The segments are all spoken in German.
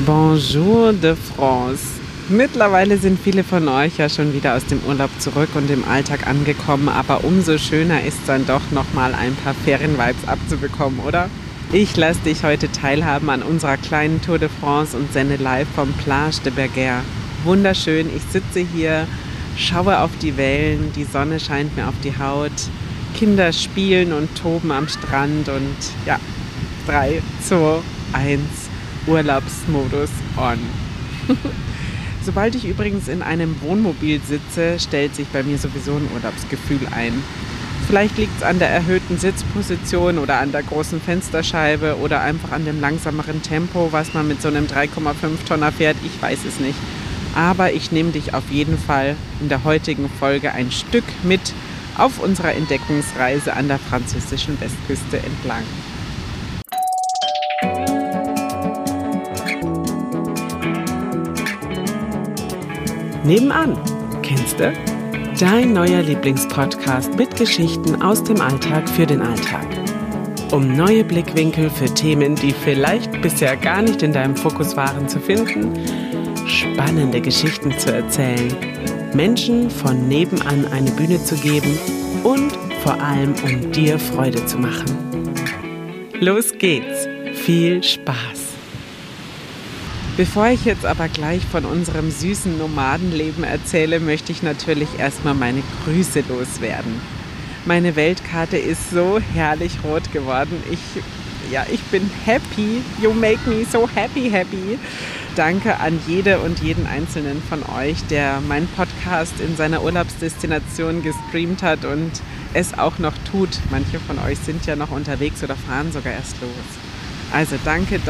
Bonjour de France. Mittlerweile sind viele von euch ja schon wieder aus dem Urlaub zurück und im Alltag angekommen, aber umso schöner ist dann doch nochmal ein paar Ferienvibes abzubekommen, oder? Ich lasse dich heute teilhaben an unserer kleinen Tour de France und sende live vom Plage de Bergère. Wunderschön, ich sitze hier, schaue auf die Wellen, die Sonne scheint mir auf die Haut, Kinder spielen und toben am Strand und ja, 3, 2, 1, Urlaubsmodus on. Sobald ich übrigens in einem Wohnmobil sitze, stellt sich bei mir sowieso ein Urlaubsgefühl ein. Vielleicht liegt es an der erhöhten Sitzposition oder an der großen Fensterscheibe oder einfach an dem langsameren Tempo, was man mit so einem 3,5 Tonner fährt. Ich weiß es nicht. Aber ich nehme dich auf jeden Fall in der heutigen Folge ein Stück mit auf unserer Entdeckungsreise an der französischen Westküste entlang. Nebenan, kennst du? Dein neuer Lieblingspodcast mit Geschichten aus dem Alltag für den Alltag. Um neue Blickwinkel für Themen, die vielleicht bisher gar nicht in deinem Fokus waren, zu finden, spannende Geschichten zu erzählen, Menschen von nebenan eine Bühne zu geben und vor allem um dir Freude zu machen. Los geht's! Viel Spaß! Bevor ich jetzt aber gleich von unserem süßen Nomadenleben erzähle, möchte ich natürlich erstmal meine Grüße loswerden. Meine Weltkarte ist so herrlich rot geworden. Ich bin happy. You make me so happy. Danke an jede und jeden Einzelnen von euch, der meinen Podcast in seiner Urlaubsdestination gestreamt hat und es auch noch tut. Manche von euch sind ja noch unterwegs oder fahren sogar erst los. Also danke.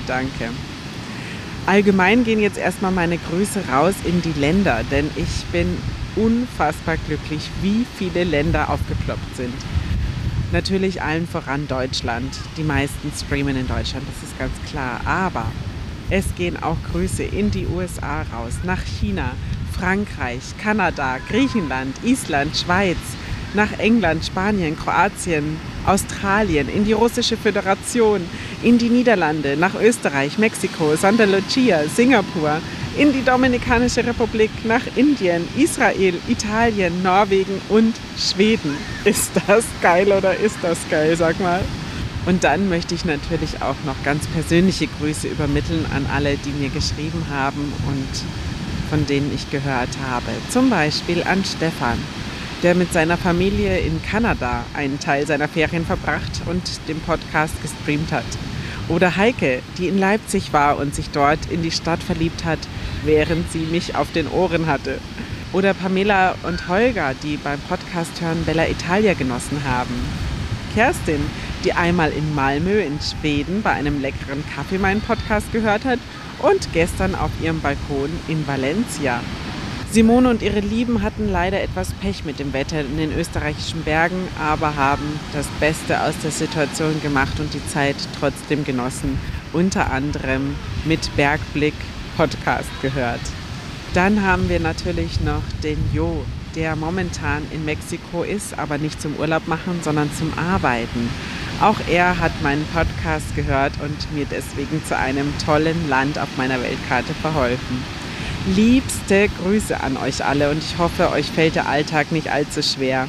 Allgemein gehen jetzt erstmal meine Grüße raus in die Länder, denn ich bin unfassbar glücklich, wie viele Länder aufgeploppt sind. Natürlich allen voran Deutschland. Die meisten streamen in Deutschland, das ist ganz klar. Aber es gehen auch Grüße in die USA raus, nach China, Frankreich, Kanada, Griechenland, Island, Schweiz, nach England, Spanien, Kroatien, Australien, in die Russische Föderation, in die Niederlande, nach Österreich, Mexiko, Santa Lucia, Singapur, in die Dominikanische Republik, nach Indien, Israel, Italien, Norwegen und Schweden. Ist das geil oder ist das geil, sag mal? Und dann möchte ich natürlich auch noch ganz persönliche Grüße übermitteln an alle, die mir geschrieben haben und von denen ich gehört habe. Zum Beispiel an Stefan, der mit seiner Familie in Kanada einen Teil seiner Ferien verbracht und den Podcast gestreamt hat. Oder Heike, die in Leipzig war und sich dort in die Stadt verliebt hat, während sie mich auf den Ohren hatte. Oder Pamela und Holger, die beim Podcast hören Bella Italia genossen haben. Kerstin, die einmal in Malmö in Schweden bei einem leckeren Kaffee meinen Podcast gehört hat und gestern auf ihrem Balkon in Valencia. Simone und ihre Lieben hatten leider etwas Pech mit dem Wetter in den österreichischen Bergen, aber haben das Beste aus der Situation gemacht und die Zeit trotzdem genossen. Unter anderem mit Bergblick Podcast gehört. Dann haben wir natürlich noch den Jo, der momentan in Mexiko ist, aber nicht zum Urlaub machen, sondern zum Arbeiten. Auch er hat meinen Podcast gehört und mir deswegen zu einem tollen Land auf meiner Weltkarte verholfen. Liebste Grüße an euch alle und ich hoffe, euch fällt der Alltag nicht allzu schwer.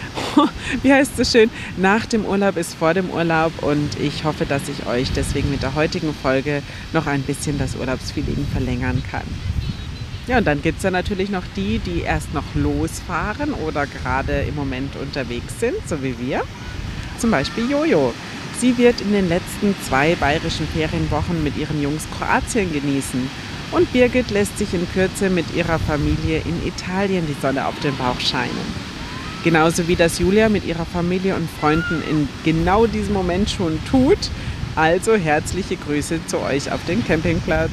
Wie heißt es so schön? Nach dem Urlaub ist vor dem Urlaub und ich hoffe, dass ich euch deswegen mit der heutigen Folge noch ein bisschen das Urlaubsfeeling verlängern kann. Ja, und dann gibt es ja natürlich noch die erst noch losfahren oder gerade im Moment unterwegs sind, so wie wir. Zum Beispiel Jojo. Sie wird in den letzten 2 bayerischen Ferienwochen mit ihren Jungs Kroatien genießen. Und Birgit lässt sich in Kürze mit ihrer Familie in Italien die Sonne auf den Bauch scheinen. Genauso wie das Julia mit ihrer Familie und Freunden in genau diesem Moment schon tut. Also herzliche Grüße zu euch auf den Campingplatz.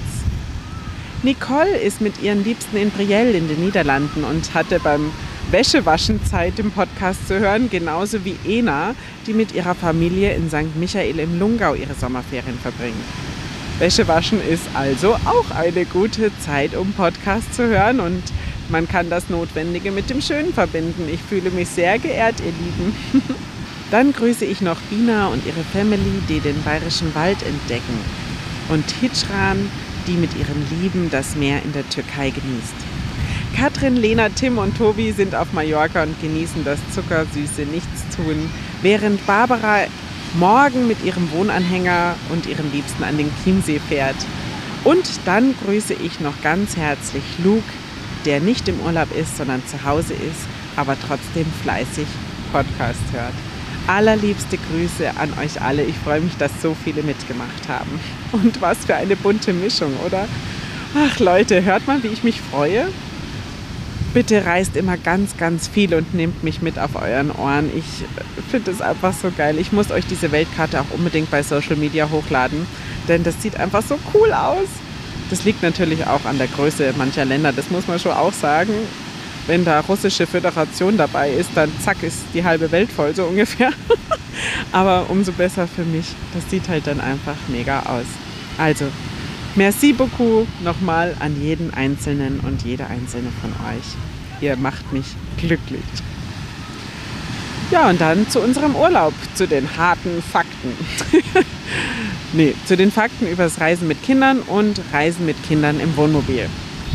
Nicole ist mit ihren Liebsten in Brielle in den Niederlanden und hatte beim Wäschewaschen Zeit im Podcast zu hören, genauso wie Ena, die mit ihrer Familie in St. Michael im Lungau ihre Sommerferien verbringt. Wäschewaschen ist also auch eine gute Zeit, um Podcast zu hören und man kann das Notwendige mit dem Schönen verbinden. Ich fühle mich sehr geehrt, ihr Lieben. Dann grüße ich noch Ina und ihre Family, die den Bayerischen Wald entdecken. Und Hitschran, die mit ihren Lieben das Meer in der Türkei genießt. Katrin, Lena, Tim und Tobi sind auf Mallorca und genießen das zuckersüße Nichtstun, während Barbara morgen mit ihrem Wohnanhänger und ihren Liebsten an den Chiemsee fährt. Und dann grüße ich noch ganz herzlich Luke, der nicht im Urlaub ist, sondern zu Hause ist, aber trotzdem fleißig Podcast hört. Allerliebste Grüße an euch alle. Ich freue mich, dass so viele mitgemacht haben. Und was für eine bunte Mischung, oder? Ach Leute, hört mal, wie ich mich freue. Bitte reist immer ganz, ganz viel und nehmt mich mit auf euren Ohren. Ich finde es einfach so geil. Ich muss euch diese Weltkarte auch unbedingt bei Social Media hochladen, denn das sieht einfach so cool aus. Das liegt natürlich auch an der Größe mancher Länder, das muss man schon auch sagen. Wenn da russische Föderation dabei ist, dann zack, ist die halbe Welt voll, so ungefähr. Aber umso besser für mich. Das sieht halt dann einfach mega aus. Also, merci beaucoup nochmal an jeden Einzelnen und jede Einzelne von euch. Ihr macht mich glücklich. Ja, und dann zu unserem Urlaub, zu den harten Fakten. Zu den Fakten über das Reisen mit Kindern und Reisen mit Kindern im Wohnmobil.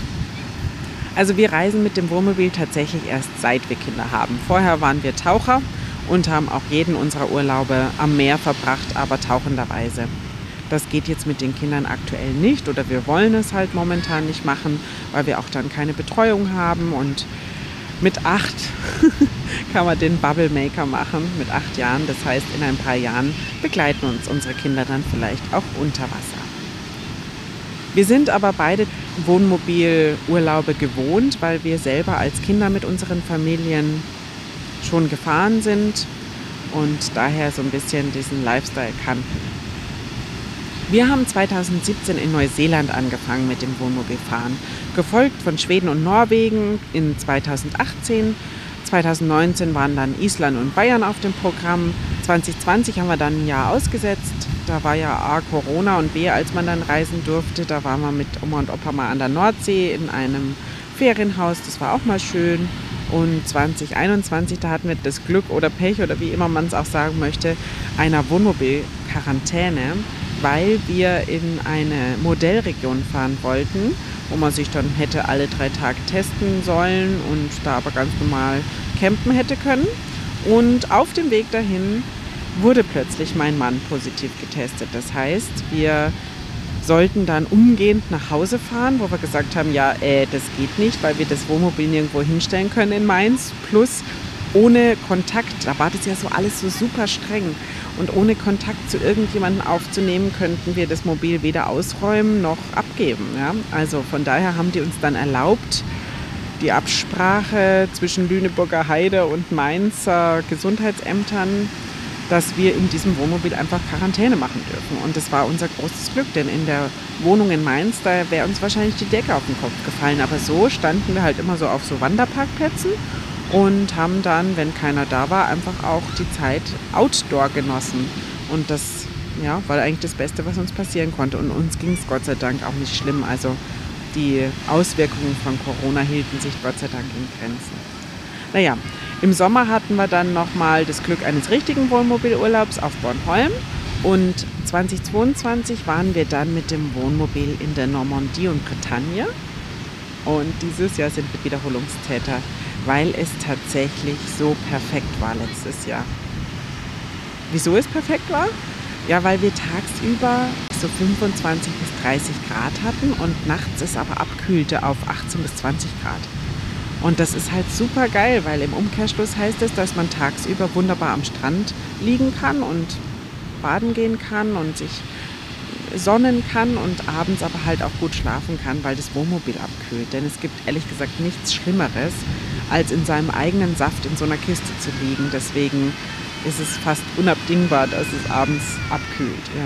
Also wir reisen mit dem Wohnmobil tatsächlich erst seit wir Kinder haben. Vorher waren wir Taucher und haben auch jeden unserer Urlaube am Meer verbracht, aber tauchenderweise. Das geht jetzt mit den Kindern aktuell nicht oder wir wollen es halt momentan nicht machen, weil wir auch dann keine Betreuung haben. Und mit 8 kann man den Bubble Maker machen, mit 8 Jahren. Das heißt, in ein paar Jahren begleiten uns unsere Kinder dann vielleicht auch unter Wasser. Wir sind aber beide Wohnmobilurlaube gewohnt, weil wir selber als Kinder mit unseren Familien schon gefahren sind und daher so ein bisschen diesen Lifestyle kannten. Wir haben 2017 in Neuseeland angefangen mit dem Wohnmobilfahren, gefolgt von Schweden und Norwegen in 2018. 2019 waren dann Island und Bayern auf dem Programm. 2020 haben wir dann ein Jahr ausgesetzt. Da war ja A, Corona und B, als man dann reisen durfte, da waren wir mit Oma und Opa mal an der Nordsee in einem Ferienhaus. Das war auch mal schön. Und 2021, da hatten wir das Glück oder Pech oder wie immer man es auch sagen möchte, einer Wohnmobil-Quarantäne, weil wir in eine Modellregion fahren wollten, wo man sich dann hätte alle 3 Tage testen sollen und da aber ganz normal campen hätte können. Und auf dem Weg dahin wurde plötzlich mein Mann positiv getestet. Das heißt, wir sollten dann umgehend nach Hause fahren, wo wir gesagt haben, ja, das geht nicht, weil wir das Wohnmobil nirgendwo hinstellen können in Mainz. Plus ohne Kontakt, da war das ja so alles so super streng. Und ohne Kontakt zu irgendjemandem aufzunehmen, könnten wir das Mobil weder ausräumen noch abgeben. Ja? Also von daher haben die uns dann erlaubt, die Absprache zwischen Lüneburger Heide und Mainzer Gesundheitsämtern, dass wir in diesem Wohnmobil einfach Quarantäne machen dürfen. Und das war unser großes Glück, denn in der Wohnung in Mainz, da wäre uns wahrscheinlich die Decke auf den Kopf gefallen. Aber so standen wir halt immer so auf so Wanderparkplätzen und haben dann, wenn keiner da war, einfach auch die Zeit outdoor genossen. Und das war eigentlich das Beste, was uns passieren konnte. Und uns ging es Gott sei Dank auch nicht schlimm. Also die Auswirkungen von Corona hielten sich Gott sei Dank in Grenzen. Naja, im Sommer hatten wir dann nochmal das Glück eines richtigen Wohnmobilurlaubs auf Bornholm. Und 2022 waren wir dann mit dem Wohnmobil in der Normandie und Bretagne. Und dieses Jahr sind wir Wiederholungstäter, weil es tatsächlich so perfekt war letztes Jahr. Wieso es perfekt war? Ja, weil wir tagsüber so 25 bis 30 Grad hatten und nachts es aber abkühlte auf 18 bis 20 Grad. Und das ist halt super geil, weil im Umkehrschluss heißt es, dass man tagsüber wunderbar am Strand liegen kann und baden gehen kann und sich sonnen kann und abends aber halt auch gut schlafen kann, weil das Wohnmobil abkühlt. Denn es gibt ehrlich gesagt nichts Schlimmeres, als in seinem eigenen Saft in so einer Kiste zu liegen. Deswegen ist es fast unabdingbar, dass es abends abkühlt. Ja.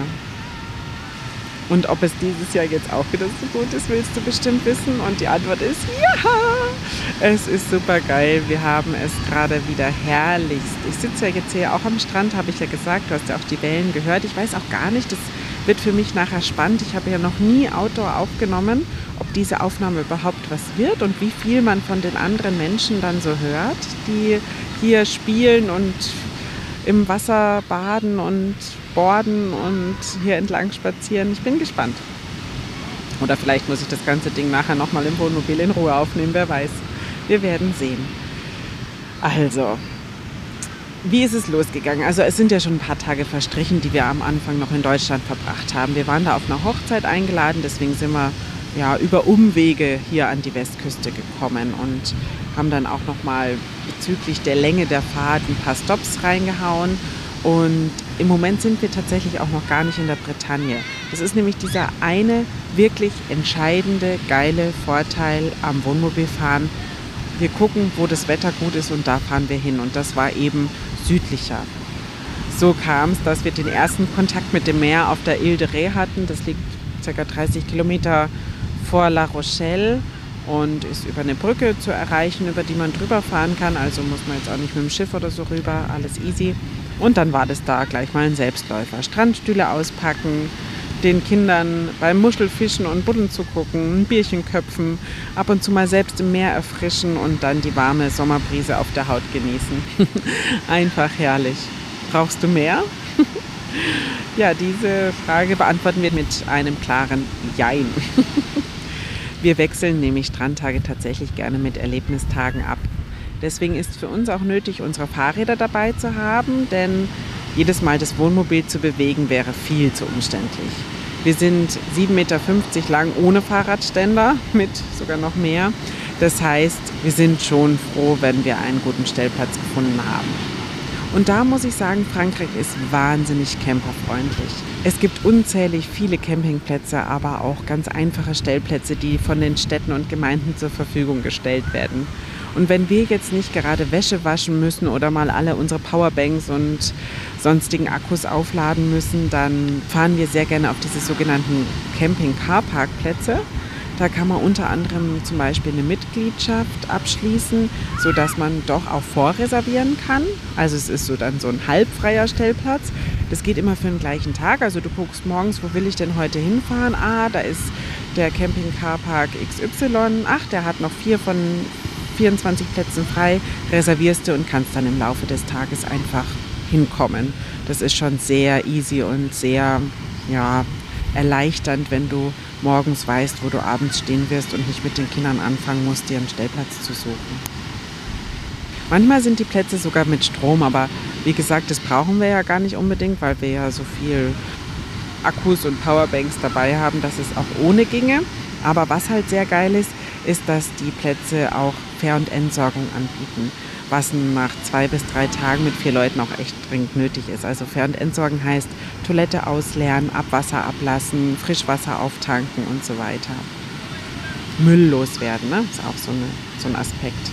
Und ob es dieses Jahr jetzt auch wieder so gut ist, willst du bestimmt wissen. Und die Antwort ist ja! Es ist super geil. Wir haben es gerade wieder herrlichst. Ich sitze ja jetzt hier auch am Strand, habe ich ja gesagt. Du hast ja auch die Wellen gehört. Ich weiß auch gar nicht, das wird für mich nachher spannend. Ich habe ja noch nie Outdoor aufgenommen, ob diese Aufnahme überhaupt was wird und wie viel man von den anderen Menschen dann so hört, die hier spielen und im Wasser baden und borden und hier entlang spazieren. Ich bin gespannt. Oder vielleicht muss ich das ganze Ding nachher nochmal im Wohnmobil in Ruhe aufnehmen, wer weiß. Wir werden sehen. Also, wie ist es losgegangen? Also es sind ja schon ein paar Tage verstrichen, die wir am Anfang noch in Deutschland verbracht haben. Wir waren da auf einer Hochzeit eingeladen, deswegen sind wir ja über Umwege hier an die Westküste gekommen und haben dann auch nochmal bezüglich der Länge der Fahrt ein paar Stops reingehauen. Und im Moment sind wir tatsächlich auch noch gar nicht in der Bretagne. Das ist nämlich dieser eine wirklich entscheidende, geile Vorteil am Wohnmobilfahren. Wir gucken, wo das Wetter gut ist und da fahren wir hin. Und das war eben südlicher. So kam es, dass wir den ersten Kontakt mit dem Meer auf der Ile de Ré hatten. Das liegt ca. 30 Kilometer vor La Rochelle und ist über eine Brücke zu erreichen, über die man drüber fahren kann. Also muss man jetzt auch nicht mit dem Schiff oder so rüber, alles easy. Und dann war das da gleich mal ein Selbstläufer. Strandstühle auspacken, den Kindern beim Muschelfischen und Buddeln zugucken, ein Bierchen köpfen, ab und zu mal selbst im Meer erfrischen und dann die warme Sommerbrise auf der Haut genießen. Einfach herrlich. Brauchst du mehr? Ja, diese Frage beantworten wir mit einem klaren Jein. Wir wechseln nämlich Strandtage tatsächlich gerne mit Erlebnistagen ab. Deswegen ist für uns auch nötig, unsere Fahrräder dabei zu haben, denn jedes Mal das Wohnmobil zu bewegen wäre viel zu umständlich. Wir sind 7,50 Meter lang ohne Fahrradständer, mit sogar noch mehr. Das heißt, wir sind schon froh, wenn wir einen guten Stellplatz gefunden haben. Und da muss ich sagen, Frankreich ist wahnsinnig camperfreundlich. Es gibt unzählig viele Campingplätze, aber auch ganz einfache Stellplätze, die von den Städten und Gemeinden zur Verfügung gestellt werden. Und wenn wir jetzt nicht gerade Wäsche waschen müssen oder mal alle unsere Powerbanks und sonstigen Akkus aufladen müssen, dann fahren wir sehr gerne auf diese sogenannten Camping-Car-Parkplätze. Da kann man unter anderem zum Beispiel eine Mitgliedschaft abschließen, sodass man doch auch vorreservieren kann. Also es ist so dann so ein halbfreier Stellplatz. Das geht immer für den gleichen Tag. Also du guckst morgens, wo will ich denn heute hinfahren? Ah, da ist der Camping-Car-Park XY. Ach, der hat noch 4 von 24 Plätzen frei. Reservierst du und kannst dann im Laufe des Tages einfach hinkommen. Das ist schon sehr easy und sehr erleichternd, wenn du morgens weißt, wo du abends stehen wirst und nicht mit den Kindern anfangen musst, dir einen Stellplatz zu suchen. Manchmal sind die Plätze sogar mit Strom, aber wie gesagt, das brauchen wir ja gar nicht unbedingt, weil wir ja so viel Akkus und Powerbanks dabei haben, dass es auch ohne ginge. Aber was halt sehr geil ist, ist, dass die Plätze auch Fähr- und Entsorgung anbieten, was nach 2 bis 3 Tagen mit 4 Leuten auch echt dringend nötig ist. Also Fähr- und Entsorgen heißt Toilette ausleeren, Abwasser ablassen, Frischwasser auftanken und so weiter. Müll loswerden, ne? Ist auch so ein Aspekt.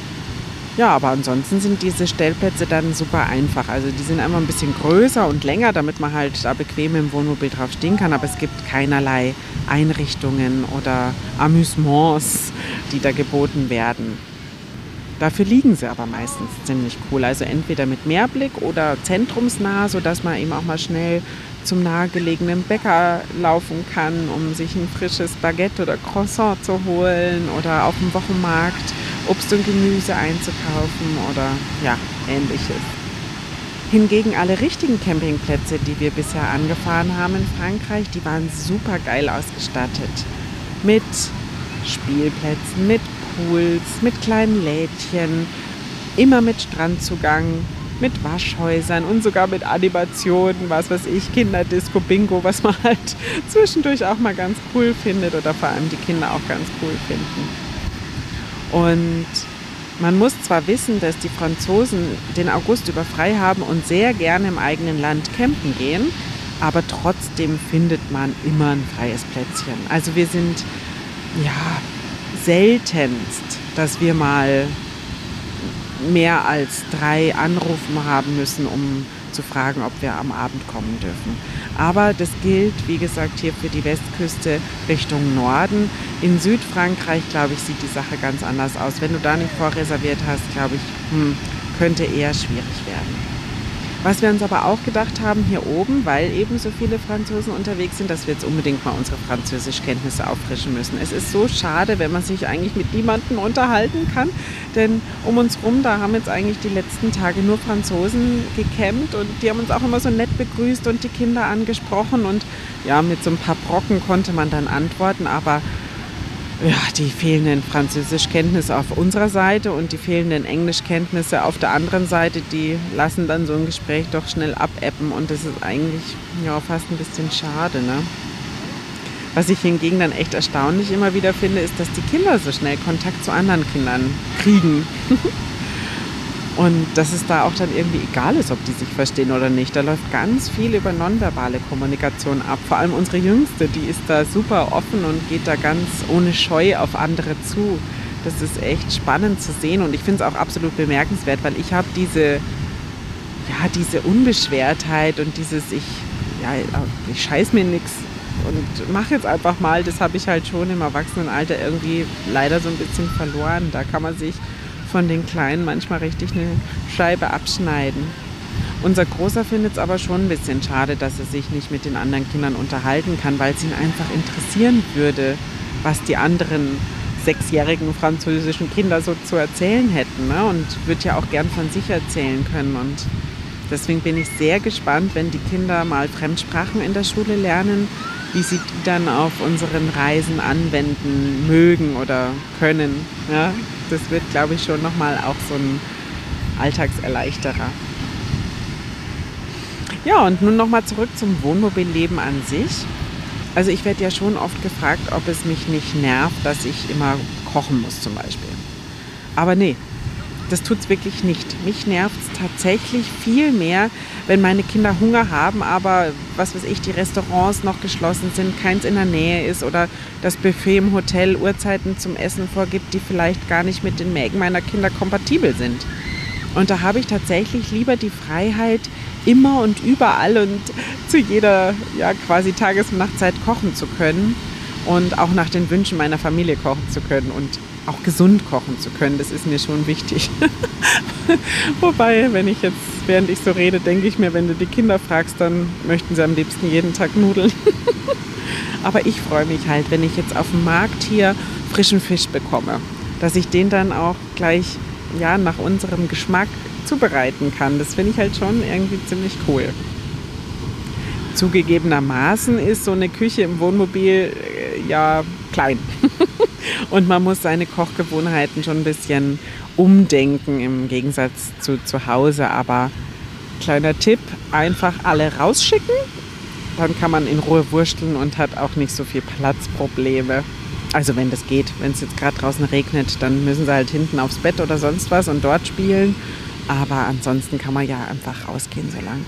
Ja, aber ansonsten sind diese Stellplätze dann super einfach. Also die sind einfach ein bisschen größer und länger, damit man halt da bequem im Wohnmobil drauf stehen kann. Aber es gibt keinerlei Einrichtungen oder Amüsements, die da geboten werden. Dafür liegen sie aber meistens ziemlich cool. Also entweder mit Meerblick oder zentrumsnah, sodass man eben auch mal schnell zum nahegelegenen Bäcker laufen kann, um sich ein frisches Baguette oder Croissant zu holen oder auf dem Wochenmarkt Obst und Gemüse einzukaufen oder ja, Ähnliches. Hingegen alle richtigen Campingplätze, die wir bisher angefahren haben in Frankreich, die waren super geil ausgestattet. Mit Spielplätzen, mit Pools, mit kleinen Lädchen, immer mit Strandzugang, mit Waschhäusern und sogar mit Animationen, was weiß ich, Kinderdisco, Bingo, was man halt zwischendurch auch mal ganz cool findet oder vor allem die Kinder auch ganz cool finden. Und man muss zwar wissen, dass die Franzosen den August über frei haben und sehr gerne im eigenen Land campen gehen, aber trotzdem findet man immer ein freies Plätzchen. Also wir sind seltenst, dass wir mal mehr als 3 Anrufen haben müssen, um zu fragen, ob wir am Abend kommen dürfen. Aber das gilt, wie gesagt, hier für die Westküste Richtung Norden. In Südfrankreich, glaube ich, sieht die Sache ganz anders aus. Wenn du da nicht vorreserviert hast, glaube ich, könnte eher schwierig werden. Was wir uns aber auch gedacht haben hier oben, weil eben so viele Franzosen unterwegs sind, dass wir jetzt unbedingt mal unsere Französischkenntnisse auffrischen müssen. Es ist so schade, wenn man sich eigentlich mit niemandem unterhalten kann, denn um uns rum, da haben jetzt eigentlich die letzten Tage nur Franzosen gecampt und die haben uns auch immer so nett begrüßt und die Kinder angesprochen und ja, mit so ein paar Brocken konnte man dann antworten, aber ja, die fehlenden Französischkenntnisse auf unserer Seite und die fehlenden Englischkenntnisse auf der anderen Seite, die lassen dann so ein Gespräch doch schnell abebben und das ist eigentlich ja, fast ein bisschen schade, ne? Was ich hingegen dann echt erstaunlich immer wieder finde, ist, dass die Kinder so schnell Kontakt zu anderen Kindern kriegen. Und dass es da auch dann irgendwie egal ist, ob die sich verstehen oder nicht. Da läuft ganz viel über nonverbale Kommunikation ab. Vor allem unsere Jüngste, die ist da super offen und geht da ganz ohne Scheu auf andere zu. Das ist echt spannend zu sehen und ich finde es auch absolut bemerkenswert, weil ich habe diese Unbeschwertheit und ich scheiß mir nichts und mache jetzt einfach mal, das habe ich halt schon im Erwachsenenalter irgendwie leider so ein bisschen verloren. Da kann man sich von den Kleinen manchmal richtig eine Scheibe abschneiden. Unser Großer findet es aber schon ein bisschen schade, dass er sich nicht mit den anderen Kindern unterhalten kann, weil es ihn einfach interessieren würde, was die anderen 6-jährigen französischen Kinder so zu erzählen hätten, ne? Und würde ja auch gern von sich erzählen können. Und deswegen bin ich sehr gespannt, wenn die Kinder mal Fremdsprachen in der Schule lernen, wie sie die dann auf unseren Reisen anwenden mögen oder können. Ja? Das wird, glaube ich, schon nochmal auch so ein Alltagserleichterer. Ja, und nun nochmal zurück zum Wohnmobilleben an sich. Also ich werde ja schon oft gefragt, ob es mich nicht nervt, dass ich immer kochen muss zum Beispiel. Aber nee, das tut es wirklich nicht. Mich nervt es tatsächlich viel mehr, wenn meine Kinder Hunger haben, aber was weiß ich, die Restaurants noch geschlossen sind, keins in der Nähe ist oder das Buffet im Hotel Uhrzeiten zum Essen vorgibt, die vielleicht gar nicht mit den Mägen meiner Kinder kompatibel sind. Und da habe ich tatsächlich lieber die Freiheit, immer und überall und zu jeder quasi Tages- und Nachtzeit kochen zu können und auch nach den Wünschen meiner Familie kochen zu können und auch gesund kochen zu können. Das ist mir schon wichtig. Wobei, während ich so rede, denke ich mir, wenn du die Kinder fragst, dann möchten sie am liebsten jeden Tag Nudeln. Aber ich freue mich halt, wenn ich jetzt auf dem Markt hier frischen Fisch bekomme, dass ich den dann auch gleich nach unserem Geschmack zubereiten kann. Das finde ich halt schon irgendwie ziemlich cool. Zugegebenermaßen ist so eine Küche im Wohnmobil klein. Und man muss seine Kochgewohnheiten schon ein bisschen umdenken im Gegensatz zu Hause. Aber kleiner Tipp, einfach alle rausschicken. Dann kann man in Ruhe wursteln und hat auch nicht so viel Platzprobleme. Also wenn das geht. Wenn es jetzt gerade draußen regnet, dann müssen sie halt hinten aufs Bett oder sonst was und dort spielen. Aber ansonsten kann man ja einfach rausgehen so lang.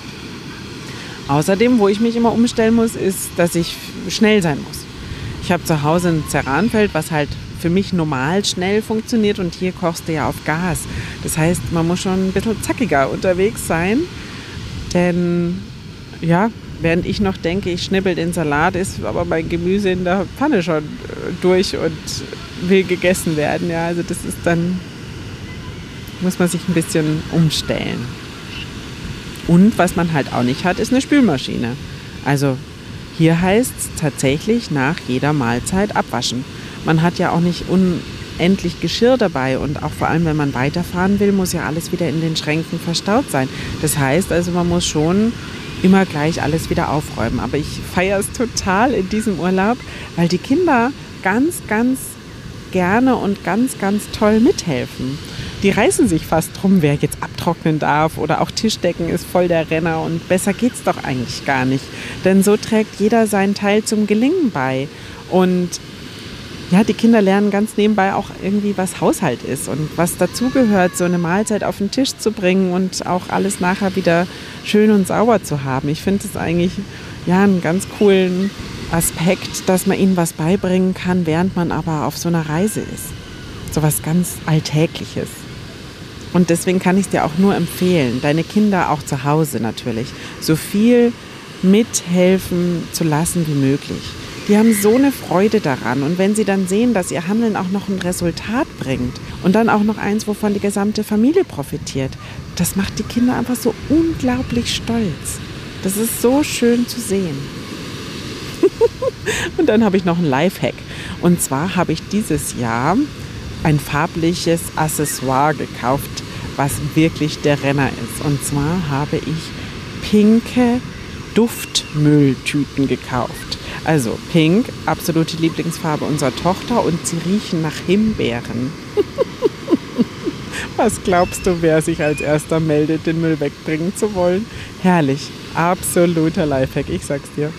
Außerdem, wo ich mich immer umstellen muss, ist, dass ich schnell sein muss. Ich habe zu Hause ein Ceranfeld, was halt für mich normal schnell funktioniert und hier kochst du ja auf Gas. Das heißt, man muss schon ein bisschen zackiger unterwegs sein, denn während ich noch denke, ich schnippel den Salat, ist aber mein Gemüse in der Pfanne schon durch und will gegessen werden. Ja, also das ist dann, muss man sich ein bisschen umstellen. Und was man halt auch nicht hat, ist eine Spülmaschine. Also hier heißt es tatsächlich nach jeder Mahlzeit abwaschen. Man hat ja auch nicht unendlich Geschirr dabei und auch vor allem, wenn man weiterfahren will, muss ja alles wieder in den Schränken verstaut sein. Das heißt also, man muss schon immer gleich alles wieder aufräumen. Aber ich feiere es total in diesem Urlaub, weil die Kinder ganz, ganz gerne und ganz, ganz toll mithelfen. Die reißen sich fast drum, wer jetzt abtrocknen darf oder auch Tischdecken ist voll der Renner und besser geht's doch eigentlich gar nicht. Denn so trägt jeder seinen Teil zum Gelingen bei. Und die Kinder lernen ganz nebenbei auch irgendwie, was Haushalt ist und was dazugehört, so eine Mahlzeit auf den Tisch zu bringen und auch alles nachher wieder schön und sauber zu haben. Ich finde es eigentlich einen ganz coolen Aspekt, dass man ihnen was beibringen kann, während man aber auf so einer Reise ist. So was ganz Alltägliches. Und deswegen kann ich es dir auch nur empfehlen, deine Kinder auch zu Hause natürlich, so viel mithelfen zu lassen wie möglich. Die haben so eine Freude daran. Und wenn sie dann sehen, dass ihr Handeln auch noch ein Resultat bringt und dann auch noch eins, wovon die gesamte Familie profitiert, das macht die Kinder einfach so unglaublich stolz. Das ist so schön zu sehen. Und dann habe ich noch einen Lifehack. Und zwar habe ich dieses Jahr ein farbliches Accessoire gekauft, was wirklich der Renner ist. Und zwar habe ich pinke Duftmülltüten gekauft. Also pink, absolute Lieblingsfarbe unserer Tochter, und sie riechen nach Himbeeren. Was glaubst du, wer sich als erster meldet, den Müll wegbringen zu wollen? Herrlich, absoluter Lifehack, ich sag's dir.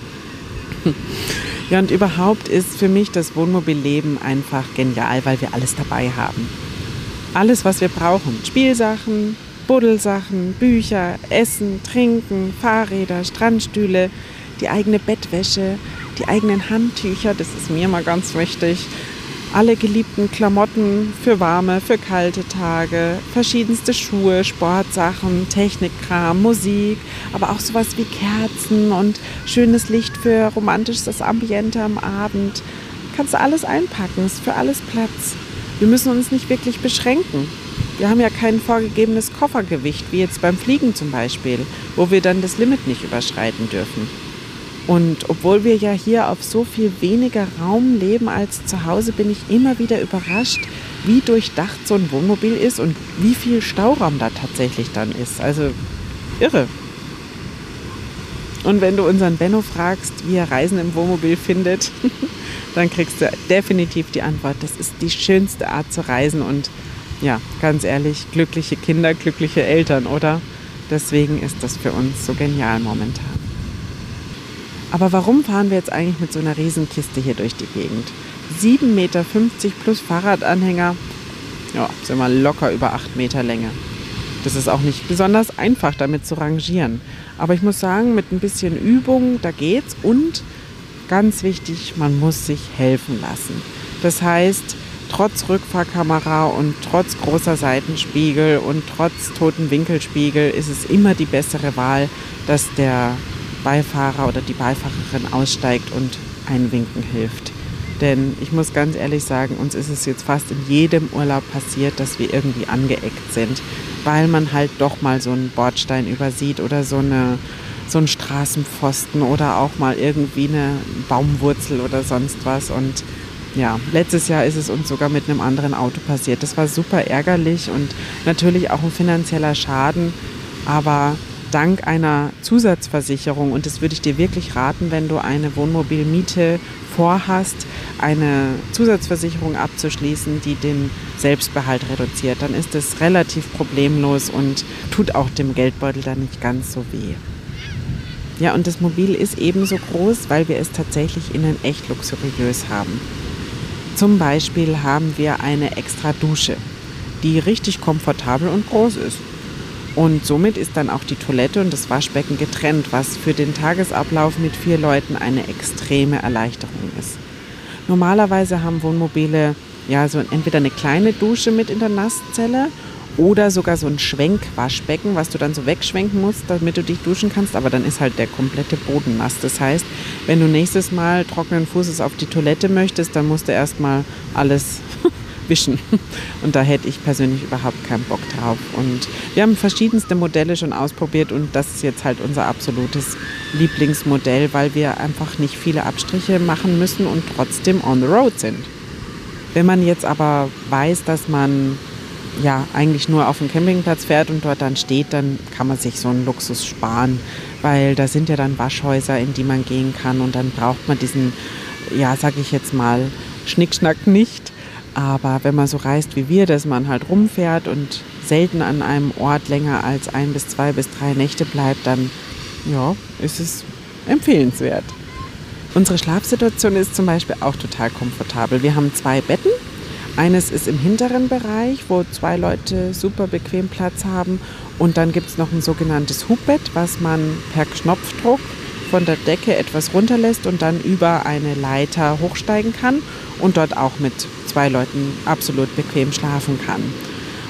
Ja, und überhaupt ist für mich das Wohnmobilleben einfach genial, weil wir alles dabei haben. Alles, was wir brauchen. Spielsachen, Buddelsachen, Bücher, Essen, Trinken, Fahrräder, Strandstühle, die eigene Bettwäsche, die eigenen Handtücher, das ist mir mal ganz wichtig. Alle geliebten Klamotten für warme, für kalte Tage, verschiedenste Schuhe, Sportsachen, Technikkram, Musik, aber auch sowas wie Kerzen und schönes Licht für romantisches Ambiente am Abend. Kannst du alles einpacken, ist für alles Platz. Wir müssen uns nicht wirklich beschränken. Wir haben ja kein vorgegebenes Koffergewicht, wie jetzt beim Fliegen zum Beispiel, wo wir dann das Limit nicht überschreiten dürfen. Und obwohl wir ja hier auf so viel weniger Raum leben als zu Hause, bin ich immer wieder überrascht, wie durchdacht so ein Wohnmobil ist und wie viel Stauraum da tatsächlich dann ist. Also irre. Und wenn du unseren Benno fragst, wie er Reisen im Wohnmobil findet, dann kriegst du definitiv die Antwort, das ist die schönste Art zu reisen. Und ja, ganz ehrlich, glückliche Kinder, glückliche Eltern, oder? Deswegen ist das für uns so genial momentan. Aber warum fahren wir jetzt eigentlich mit so einer Riesenkiste hier durch die Gegend? 7,50 Meter plus Fahrradanhänger, ja, sind wir locker über 8 Meter Länge. Das ist auch nicht besonders einfach, damit zu rangieren. Aber ich muss sagen, mit ein bisschen Übung, da geht's. Und ganz wichtig, man muss sich helfen lassen. Das heißt, trotz Rückfahrkamera und trotz großer Seitenspiegel und trotz toten Winkelspiegel ist es immer die bessere Wahl, dass der Beifahrer oder die Beifahrerin aussteigt und einwinken hilft. Denn ich muss ganz ehrlich sagen, uns ist es jetzt fast in jedem Urlaub passiert, dass wir irgendwie angeeckt sind, weil man halt doch mal so einen Bordstein übersieht oder so einen Straßenpfosten oder auch mal irgendwie eine Baumwurzel oder sonst was. Und ja, letztes Jahr ist es uns sogar mit einem anderen Auto passiert. Das war super ärgerlich und natürlich auch ein finanzieller Schaden, aber dank einer Zusatzversicherung, und das würde ich dir wirklich raten, wenn du eine Wohnmobilmiete vorhast, eine Zusatzversicherung abzuschließen, die den Selbstbehalt reduziert, dann ist es relativ problemlos und tut auch dem Geldbeutel dann nicht ganz so weh. Ja, und das Mobil ist ebenso groß, weil wir es tatsächlich innen echt luxuriös haben. Zum Beispiel haben wir eine extra Dusche, die richtig komfortabel und groß ist. Und somit ist dann auch die Toilette und das Waschbecken getrennt, was für den Tagesablauf mit 4 Leuten eine extreme Erleichterung ist. Normalerweise haben Wohnmobile ja so entweder eine kleine Dusche mit in der Nasszelle oder sogar so ein Schwenkwaschbecken, was du dann so wegschwenken musst, damit du dich duschen kannst, aber dann ist halt der komplette Boden nass. Das heißt, wenn du nächstes Mal trockenen Fußes auf die Toilette möchtest, dann musst du erstmal alles wischen. Und da hätte ich persönlich überhaupt keinen Bock drauf. Und wir haben verschiedenste Modelle schon ausprobiert und das ist jetzt halt unser absolutes Lieblingsmodell, weil wir einfach nicht viele Abstriche machen müssen und trotzdem on the road sind. Wenn man jetzt aber weiß, dass man ja eigentlich nur auf dem Campingplatz fährt und dort dann steht, dann kann man sich so einen Luxus sparen, weil da sind ja dann Waschhäuser, in die man gehen kann und dann braucht man diesen, ja, sag ich jetzt mal, Schnickschnack nicht. Aber wenn man so reist wie wir, dass man halt rumfährt und selten an einem Ort länger als 1 bis 2 bis 3 Nächte bleibt, dann ja, ist es empfehlenswert. Unsere Schlafsituation ist zum Beispiel auch total komfortabel. Wir haben 2 Betten. Eines ist im hinteren Bereich, wo 2 Leute super bequem Platz haben. Und dann gibt es noch ein sogenanntes Hubbett, was man per Knopfdruck von der Decke etwas runterlässt und dann über eine Leiter hochsteigen kann und dort auch mit 2 Leuten absolut bequem schlafen kann.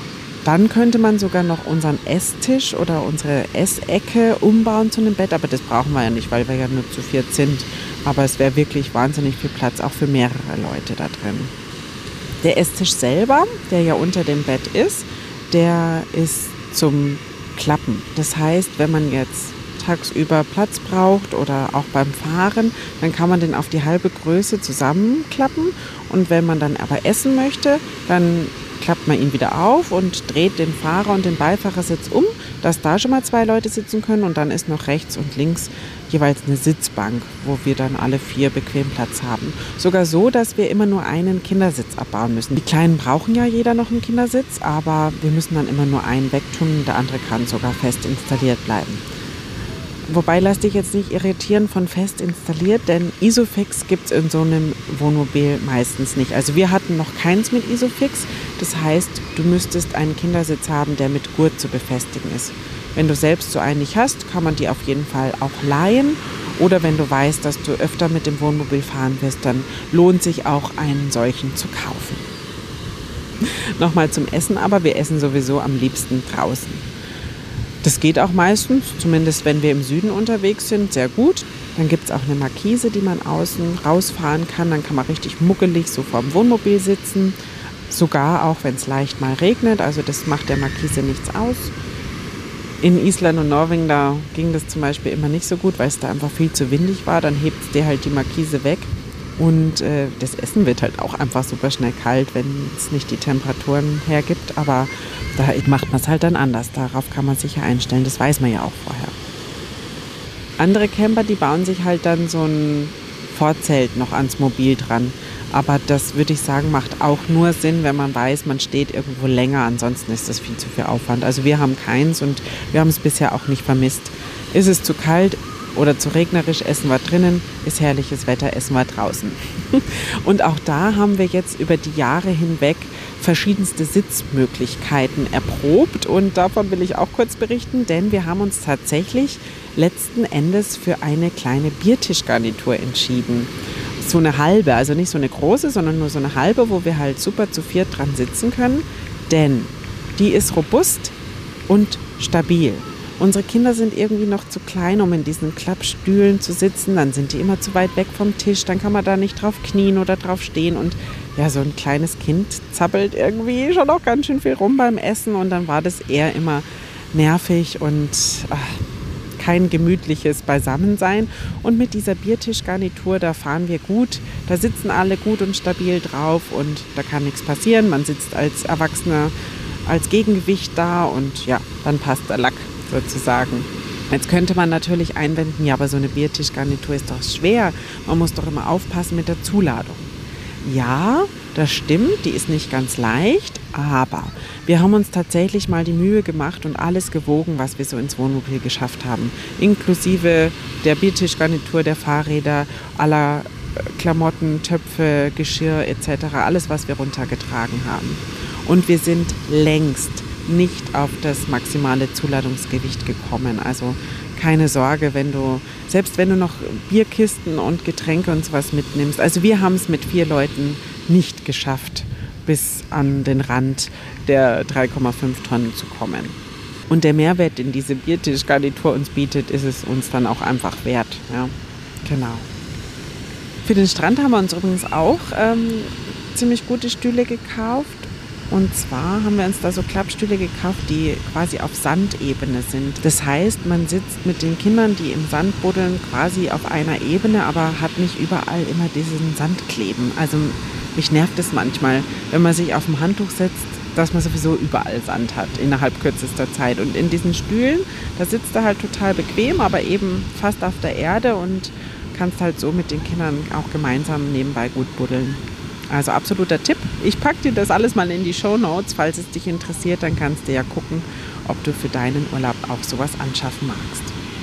Dann könnte man sogar noch unseren Esstisch oder unsere Essecke umbauen zu einem Bett, aber das brauchen wir ja nicht, weil wir ja nur zu viert sind. Aber es wäre wirklich wahnsinnig viel Platz, auch für mehrere Leute da drin. Der Esstisch selber, der ja unter dem Bett ist, der ist zum Klappen. Das heißt, wenn man jetzt tagsüber Platz braucht oder auch beim Fahren, dann kann man den auf die halbe Größe zusammenklappen. Und wenn man dann aber essen möchte, dann klappt man ihn wieder auf und dreht den Fahrer- und den Beifahrersitz um, dass da schon mal 2 Leute sitzen können. Und dann ist noch rechts und links jeweils eine Sitzbank, wo wir dann alle 4 bequem Platz haben. Sogar so, dass wir immer nur einen Kindersitz abbauen müssen. Die Kleinen brauchen ja jeder noch einen Kindersitz, aber wir müssen dann immer nur einen wegtun. Der andere kann sogar fest installiert bleiben. Wobei, lass dich jetzt nicht irritieren von fest installiert, denn Isofix gibt es in so einem Wohnmobil meistens nicht. Also wir hatten noch keins mit Isofix. Das heißt, du müsstest einen Kindersitz haben, der mit Gurt zu befestigen ist. Wenn du selbst so einen nicht hast, kann man die auf jeden Fall auch leihen. Oder wenn du weißt, dass du öfter mit dem Wohnmobil fahren wirst, dann lohnt sich auch einen solchen zu kaufen. Nochmal zum Essen, aber wir essen sowieso am liebsten draußen. Das geht auch meistens, zumindest wenn wir im Süden unterwegs sind, sehr gut. Dann gibt es auch eine Markise, die man außen rausfahren kann. Dann kann man richtig muckelig so vor dem Wohnmobil sitzen. Sogar auch, wenn es leicht mal regnet. Also das macht der Markise nichts aus. In Island und Norwegen, da ging das zum Beispiel immer nicht so gut, weil es da einfach viel zu windig war. Dann hebt es dir halt die Markise weg. Und das Essen wird halt auch einfach super schnell kalt, wenn es nicht die Temperaturen hergibt. Aber da macht man es halt dann anders. Darauf kann man sich ja einstellen. Das weiß man ja auch vorher. Andere Camper, die bauen sich halt dann so ein Vorzelt noch ans Mobil dran. Aber das, würde ich sagen, macht auch nur Sinn, wenn man weiß, man steht irgendwo länger. Ansonsten ist das viel zu viel Aufwand. Also wir haben keins und wir haben es bisher auch nicht vermisst. Ist es zu kalt oder zu regnerisch, essen wir drinnen, ist herrliches Wetter, essen wir draußen. Und auch da haben wir jetzt über die Jahre hinweg verschiedenste Sitzmöglichkeiten erprobt und davon will ich auch kurz berichten, denn wir haben uns tatsächlich letzten Endes für eine kleine Biertischgarnitur entschieden. So eine halbe, also nicht so eine große, sondern nur so eine halbe, wo wir halt super zu viert dran sitzen können, denn die ist robust und stabil. Unsere Kinder sind irgendwie noch zu klein, um in diesen Klappstühlen zu sitzen. Dann sind die immer zu weit weg vom Tisch. Dann kann man da nicht drauf knien oder drauf stehen. Und ja, so ein kleines Kind zappelt irgendwie schon auch ganz schön viel rum beim Essen. Und dann war das eher immer nervig und kein gemütliches Beisammensein. Und mit dieser Biertischgarnitur, da fahren wir gut. Da sitzen alle gut und stabil drauf und da kann nichts passieren. Man sitzt als Erwachsener als Gegengewicht da und ja, dann passt der Lack sozusagen. Jetzt könnte man natürlich einwenden, ja, aber so eine Biertischgarnitur ist doch schwer. Man muss doch immer aufpassen mit der Zuladung. Ja, das stimmt, die ist nicht ganz leicht, aber wir haben uns tatsächlich mal die Mühe gemacht und alles gewogen, was wir so ins Wohnmobil geschafft haben. Inklusive der Biertischgarnitur, der Fahrräder, aller Klamotten, Töpfe, Geschirr etc., alles, was wir runtergetragen haben. Und wir sind längst nicht auf das maximale Zuladungsgewicht gekommen. Also keine Sorge, selbst wenn du noch Bierkisten und Getränke und sowas mitnimmst. Also wir haben es mit 4 Leuten nicht geschafft, bis an den Rand der 3,5 Tonnen zu kommen. Und der Mehrwert, den diese Biertischgarnitur uns bietet, ist es uns dann auch einfach wert. Ja, genau. Für den Strand haben wir uns übrigens auch ziemlich gute Stühle gekauft. Und zwar haben wir uns da so Klappstühle gekauft, die quasi auf Sandebene sind. Das heißt, man sitzt mit den Kindern, die im Sand buddeln, quasi auf einer Ebene, aber hat nicht überall immer diesen Sand kleben. Also mich nervt es manchmal, wenn man sich auf dem Handtuch setzt, dass man sowieso überall Sand hat innerhalb kürzester Zeit. Und in diesen Stühlen, da sitzt er halt total bequem, aber eben fast auf der Erde und kannst halt so mit den Kindern auch gemeinsam nebenbei gut buddeln. Also absoluter Tipp. Ich packe dir das alles mal in die Shownotes. Falls es dich interessiert, dann kannst du ja gucken, ob du für deinen Urlaub auch sowas anschaffen magst.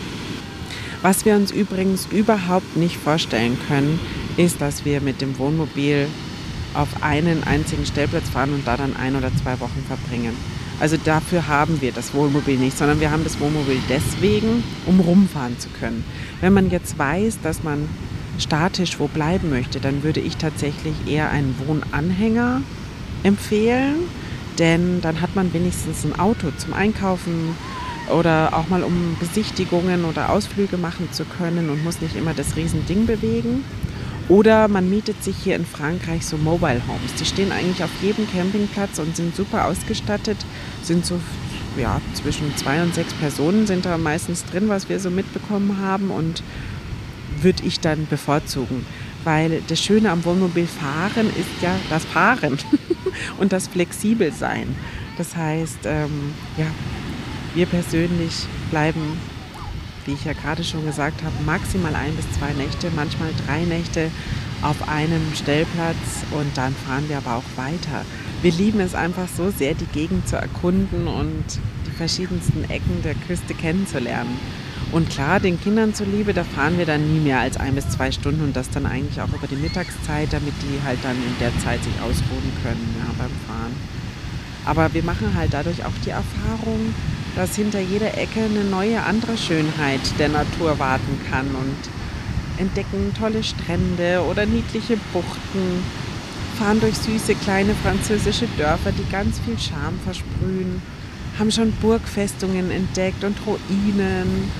Was wir uns übrigens überhaupt nicht vorstellen können, ist, dass wir mit dem Wohnmobil auf einen einzigen Stellplatz fahren und da dann 1 oder 2 Wochen verbringen. Also dafür haben wir das Wohnmobil nicht, sondern wir haben das Wohnmobil deswegen, um rumfahren zu können. Wenn man jetzt weiß, dass man statisch wo bleiben möchte, dann würde ich tatsächlich eher einen Wohnanhänger empfehlen, denn dann hat man wenigstens ein Auto zum Einkaufen oder auch mal um Besichtigungen oder Ausflüge machen zu können und muss nicht immer das Riesending bewegen. Oder man mietet sich hier in Frankreich so Mobile Homes. Die stehen eigentlich auf jedem Campingplatz und sind super ausgestattet. Sind so, ja, zwischen 2 und 6 Personen sind da meistens drin, was wir so mitbekommen haben. Und würde ich dann bevorzugen. Weil das Schöne am Wohnmobilfahren ist ja das Fahren und das Flexibelsein. Das heißt, ja, wir persönlich bleiben, wie ich ja gerade schon gesagt habe, maximal 1 bis 2 Nächte, manchmal 3 Nächte auf einem Stellplatz und dann fahren wir aber auch weiter. Wir lieben es einfach so sehr, die Gegend zu erkunden und die verschiedensten Ecken der Küste kennenzulernen. Und klar, den Kindern zuliebe, da fahren wir dann nie mehr als 1 bis 2 Stunden und das dann eigentlich auch über die Mittagszeit, damit die halt dann in der Zeit sich ausruhen können, ja, beim Fahren. Aber wir machen halt dadurch auch die Erfahrung, dass hinter jeder Ecke eine neue andere Schönheit der Natur warten kann und entdecken tolle Strände oder niedliche Buchten, fahren durch süße kleine französische Dörfer, die ganz viel Charme versprühen, haben schon Burgfestungen entdeckt und Ruinen,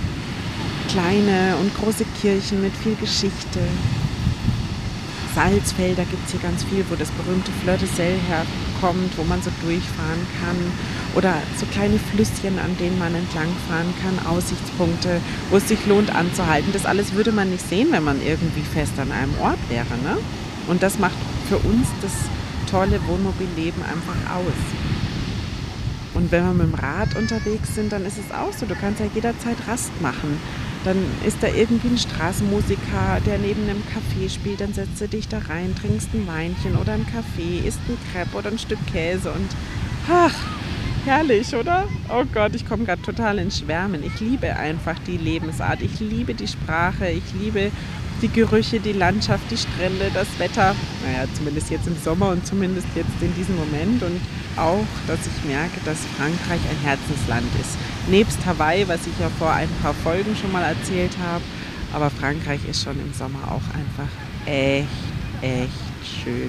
kleine und große Kirchen mit viel Geschichte. Salzfelder gibt es hier ganz viel, wo das berühmte Fleur de Sel herkommt, wo man so durchfahren kann. Oder so kleine Flüsschen, an denen man entlangfahren kann, Aussichtspunkte, wo es sich lohnt anzuhalten. Das alles würde man nicht sehen, wenn man irgendwie fest an einem Ort wäre, ne? Und das macht für uns das tolle Wohnmobilleben einfach aus. Und wenn wir mit dem Rad unterwegs sind, dann ist es auch so. Du kannst ja jederzeit Rast machen. Dann ist da irgendwie ein Straßenmusiker, der neben einem Café spielt. Dann setzt du dich da rein, trinkst ein Weinchen oder einen Kaffee, isst ein Crepe oder ein Stück Käse und ach, herrlich, oder? Oh Gott, ich komme gerade total ins Schwärmen. Ich liebe einfach die Lebensart. Ich liebe die Sprache. Ich liebe die Gerüche, die Landschaft, die Strände, das Wetter. Naja, zumindest jetzt im Sommer und zumindest jetzt in diesem Moment. Und auch, dass ich merke, dass Frankreich ein Herzensland ist. Nebst Hawaii, was ich ja vor ein paar Folgen schon mal erzählt habe. Aber Frankreich ist schon im Sommer auch einfach echt, echt schön.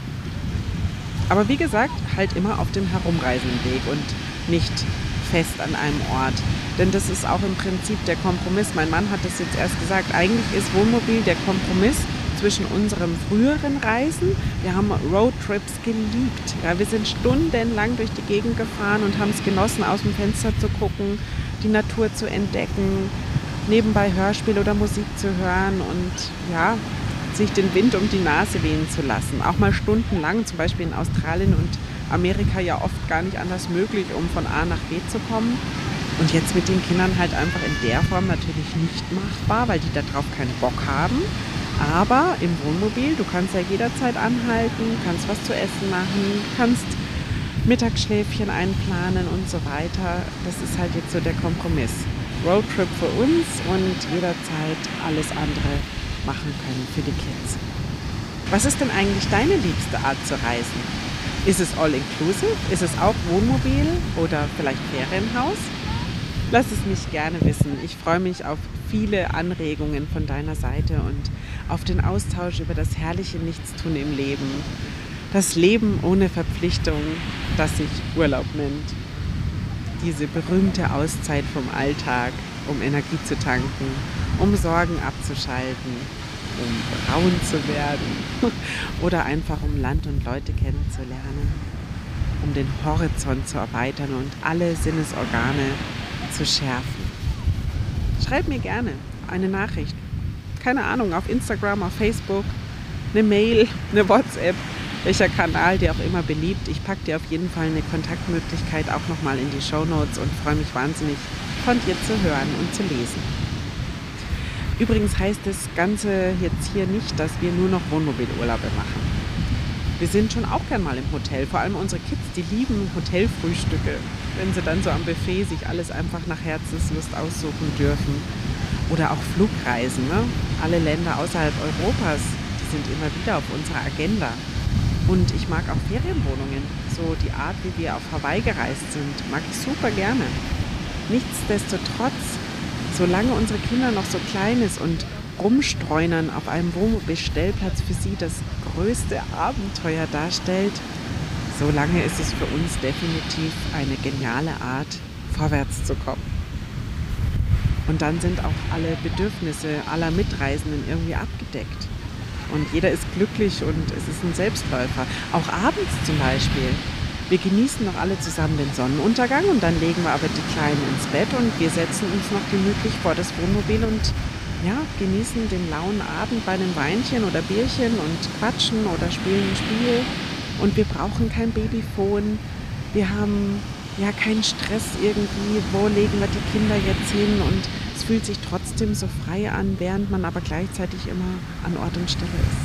Aber wie gesagt, halt immer auf dem herumreisenden Weg und nicht fest an einem Ort. Denn das ist auch im Prinzip der Kompromiss. Mein Mann hat das jetzt erst gesagt. Eigentlich ist Wohnmobil der Kompromiss zwischen unseren früheren Reisen. Wir haben Roadtrips geliebt. Ja, wir sind stundenlang durch die Gegend gefahren und haben es genossen, aus dem Fenster zu gucken, die Natur zu entdecken, nebenbei Hörspiel oder Musik zu hören und ja, sich den Wind um die Nase wehen zu lassen. Auch mal stundenlang, zum Beispiel in Australien und Amerika ja oft gar nicht anders möglich, um von A nach B zu kommen. Und jetzt mit den Kindern halt einfach in der Form natürlich nicht machbar, weil die darauf keinen Bock haben. Aber im Wohnmobil, du kannst ja jederzeit anhalten, kannst was zu essen machen, kannst Mittagsschläfchen einplanen und so weiter. Das ist halt jetzt so der Kompromiss. Roadtrip für uns und jederzeit alles andere machen können für die Kids. Was ist denn eigentlich deine liebste Art zu reisen? Ist es all-inclusive? Ist es auch Wohnmobil oder vielleicht Ferienhaus? Lass es mich gerne wissen. Ich freue mich auf viele Anregungen von deiner Seite und auf den Austausch über das herrliche Nichtstun im Leben. Das Leben ohne Verpflichtung, das sich Urlaub nennt. Diese berühmte Auszeit vom Alltag, um Energie zu tanken, um Sorgen abzuschalten, um braun zu werden oder einfach um Land und Leute kennenzulernen, um den Horizont zu erweitern und alle Sinnesorgane zu schärfen. Schreib mir gerne eine Nachricht, keine Ahnung, auf Instagram, auf Facebook, eine Mail, eine WhatsApp, welcher Kanal dir auch immer beliebt. Ich packe dir auf jeden Fall eine Kontaktmöglichkeit auch nochmal in die Shownotes und freue mich wahnsinnig, von dir zu hören und zu lesen. Übrigens heißt das Ganze jetzt hier nicht, dass wir nur noch Wohnmobilurlaube machen. Wir sind schon auch gern mal im Hotel, vor allem unsere Kids, die lieben Hotelfrühstücke, wenn sie dann so am Buffet sich alles einfach nach Herzenslust aussuchen dürfen. Oder auch Flugreisen, ne? Alle Länder außerhalb Europas, die sind immer wieder auf unserer Agenda. Und ich mag auch Ferienwohnungen, so die Art, wie wir auf Hawaii gereist sind, mag ich super gerne. Nichtsdestotrotz, solange unsere Kinder noch so klein ist und Rumstreunern auf einem Wohnmobilstellplatz für sie das größte Abenteuer darstellt, solange ist es für uns definitiv eine geniale Art, vorwärts zu kommen. Und dann sind auch alle Bedürfnisse aller Mitreisenden irgendwie abgedeckt. Und jeder ist glücklich und es ist ein Selbstläufer. Auch abends zum Beispiel. Wir genießen noch alle zusammen den Sonnenuntergang und dann legen wir aber die Kleinen ins Bett und wir setzen uns noch gemütlich vor das Wohnmobil und ja, genießen den lauen Abend bei einem Weinchen oder Bierchen und quatschen oder spielen ein Spiel. Und wir brauchen kein Babyphone. Wir haben ja keinen Stress irgendwie, wo legen wir die Kinder jetzt hin, und es fühlt sich trotzdem so frei an, während man aber gleichzeitig immer an Ort und Stelle ist.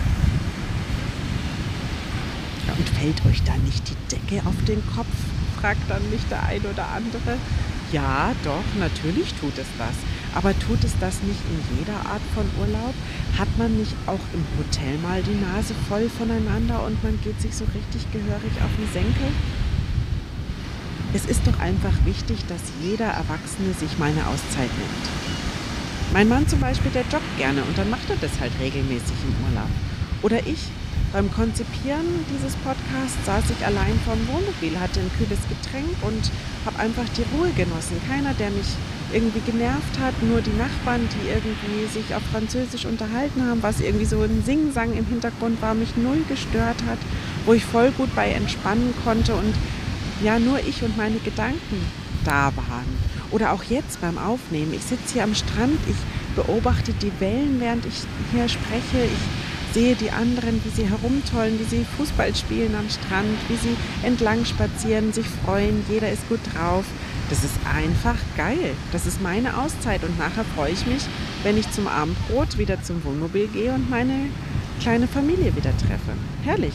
Ja, und fällt euch da nicht die Decke auf den Kopf? Fragt dann mich der ein oder andere. Ja, doch, natürlich tut es das. Aber tut es das nicht in jeder Art von Urlaub? Hat man nicht auch im Hotel mal die Nase voll voneinander und man geht sich so richtig gehörig auf den Senkel? Es ist doch einfach wichtig, dass jeder Erwachsene sich mal eine Auszeit nimmt. Mein Mann zum Beispiel, der joggt gerne und dann macht er das halt regelmäßig im Urlaub. Oder ich. Beim Konzipieren dieses Podcasts saß ich allein vorm Wohnmobil, hatte ein kühles Getränk und habe einfach die Ruhe genossen. Keiner, der mich irgendwie genervt hat, nur die Nachbarn, die irgendwie sich auf Französisch unterhalten haben, was irgendwie so ein Singsang im Hintergrund war, mich null gestört hat, wo ich voll gut bei entspannen konnte und ja, nur ich und meine Gedanken da waren. Oder auch jetzt beim Aufnehmen. Ich sitze hier am Strand, ich beobachte die Wellen, während ich hier spreche. Ich sehe die anderen, wie sie herumtollen, wie sie Fußball spielen am Strand, wie sie entlang spazieren, sich freuen. Jeder ist gut drauf. Das ist einfach geil. Das ist meine Auszeit. Und nachher freue ich mich, wenn ich zum Abendbrot wieder zum Wohnmobil gehe und meine kleine Familie wieder treffe. Herrlich.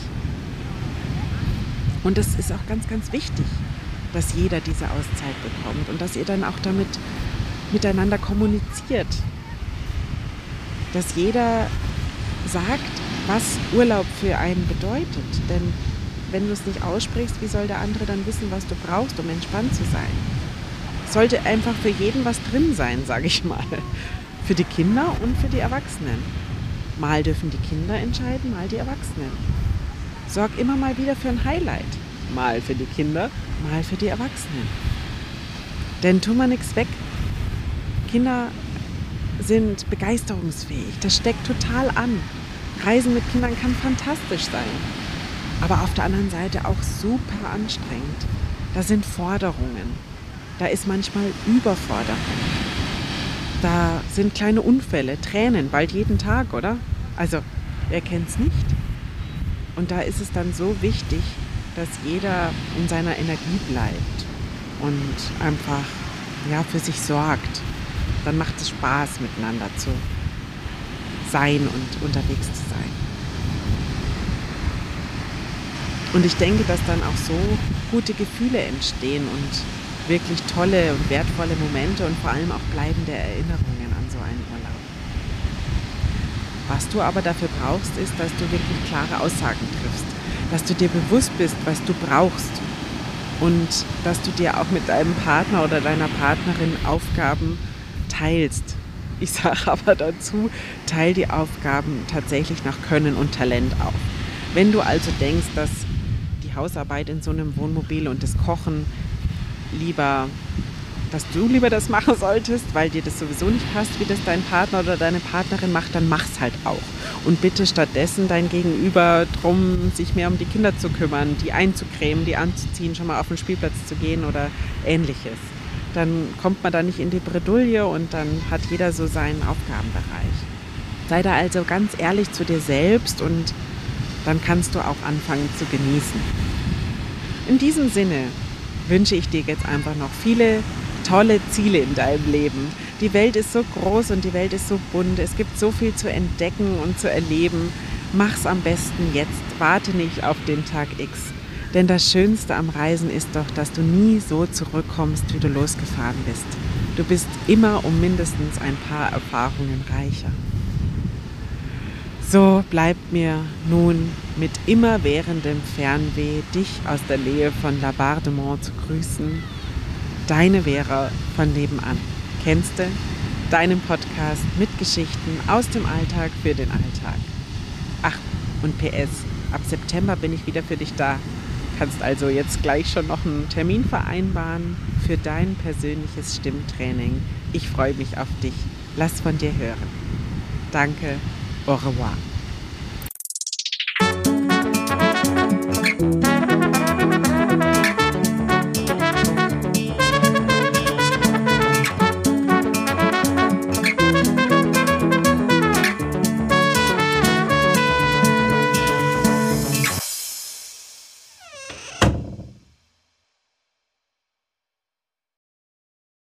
Und das ist auch ganz, ganz wichtig, dass jeder diese Auszeit bekommt und dass ihr dann auch damit miteinander kommuniziert. Dass jeder sagt, was Urlaub für einen bedeutet. Denn wenn du es nicht aussprichst, wie soll der andere dann wissen, was du brauchst, um entspannt zu sein? Es sollte einfach für jeden was drin sein, sage ich mal. Für die Kinder und für die Erwachsenen. Mal dürfen die Kinder entscheiden, mal die Erwachsenen. Sorg immer mal wieder für ein Highlight. Mal für die Kinder, mal für die Erwachsenen. Denn tu mal nichts weg. Kinder sind begeisterungsfähig. Das steckt total an. Reisen mit Kindern kann fantastisch sein. Aber auf der anderen Seite auch super anstrengend. Da sind Forderungen. Da ist manchmal Überforderung. Da sind kleine Unfälle, Tränen, bald jeden Tag, oder? Also, wer kennt's nicht? Und da ist es dann so wichtig, dass jeder in seiner Energie bleibt und einfach für sich sorgt. Dann macht es Spaß, miteinander zu sein und unterwegs zu sein. Und ich denke, dass dann auch so gute Gefühle entstehen und wirklich tolle und wertvolle Momente und vor allem auch bleibende Erinnerungen an so einen Urlaub. Was du aber dafür brauchst, ist, dass du wirklich klare Aussagen triffst, dass du dir bewusst bist, was du brauchst und dass du dir auch mit deinem Partner oder deiner Partnerin Aufgaben teilst. Ich sage aber dazu, teil die Aufgaben tatsächlich nach Können und Talent auf. Wenn du also denkst, dass die Hausarbeit in so einem Wohnmobil und das Kochen dass du lieber das machen solltest, weil dir das sowieso nicht passt, wie das dein Partner oder deine Partnerin macht, dann mach's halt auch. Und bitte stattdessen dein Gegenüber drum, sich mehr um die Kinder zu kümmern, die einzucremen, die anzuziehen, schon mal auf den Spielplatz zu gehen oder Ähnliches. Dann kommt man da nicht in die Bredouille und dann hat jeder so seinen Aufgabenbereich. Sei da also ganz ehrlich zu dir selbst und dann kannst du auch anfangen zu genießen. In diesem Sinne wünsche ich dir jetzt einfach noch viele tolle Ziele in deinem Leben. Die Welt ist so groß und die Welt ist so bunt. Es gibt so viel zu entdecken und zu erleben. Mach's am besten jetzt. Warte nicht auf den Tag X. Denn das Schönste am Reisen ist doch, dass du nie so zurückkommst, wie du losgefahren bist. Du bist immer um mindestens ein paar Erfahrungen reicher. So bleibt mir nun mit immerwährendem Fernweh dich aus der Nähe von Labardemont zu grüßen. Deine Vera von nebenan. Kennst du? Deinem Podcast mit Geschichten aus dem Alltag für den Alltag. Ach, und PS, ab September bin ich wieder für dich da. Kannst also jetzt gleich schon noch einen Termin vereinbaren für dein persönliches Stimmtraining. Ich freue mich auf dich. Lass von dir hören. Danke. Au revoir.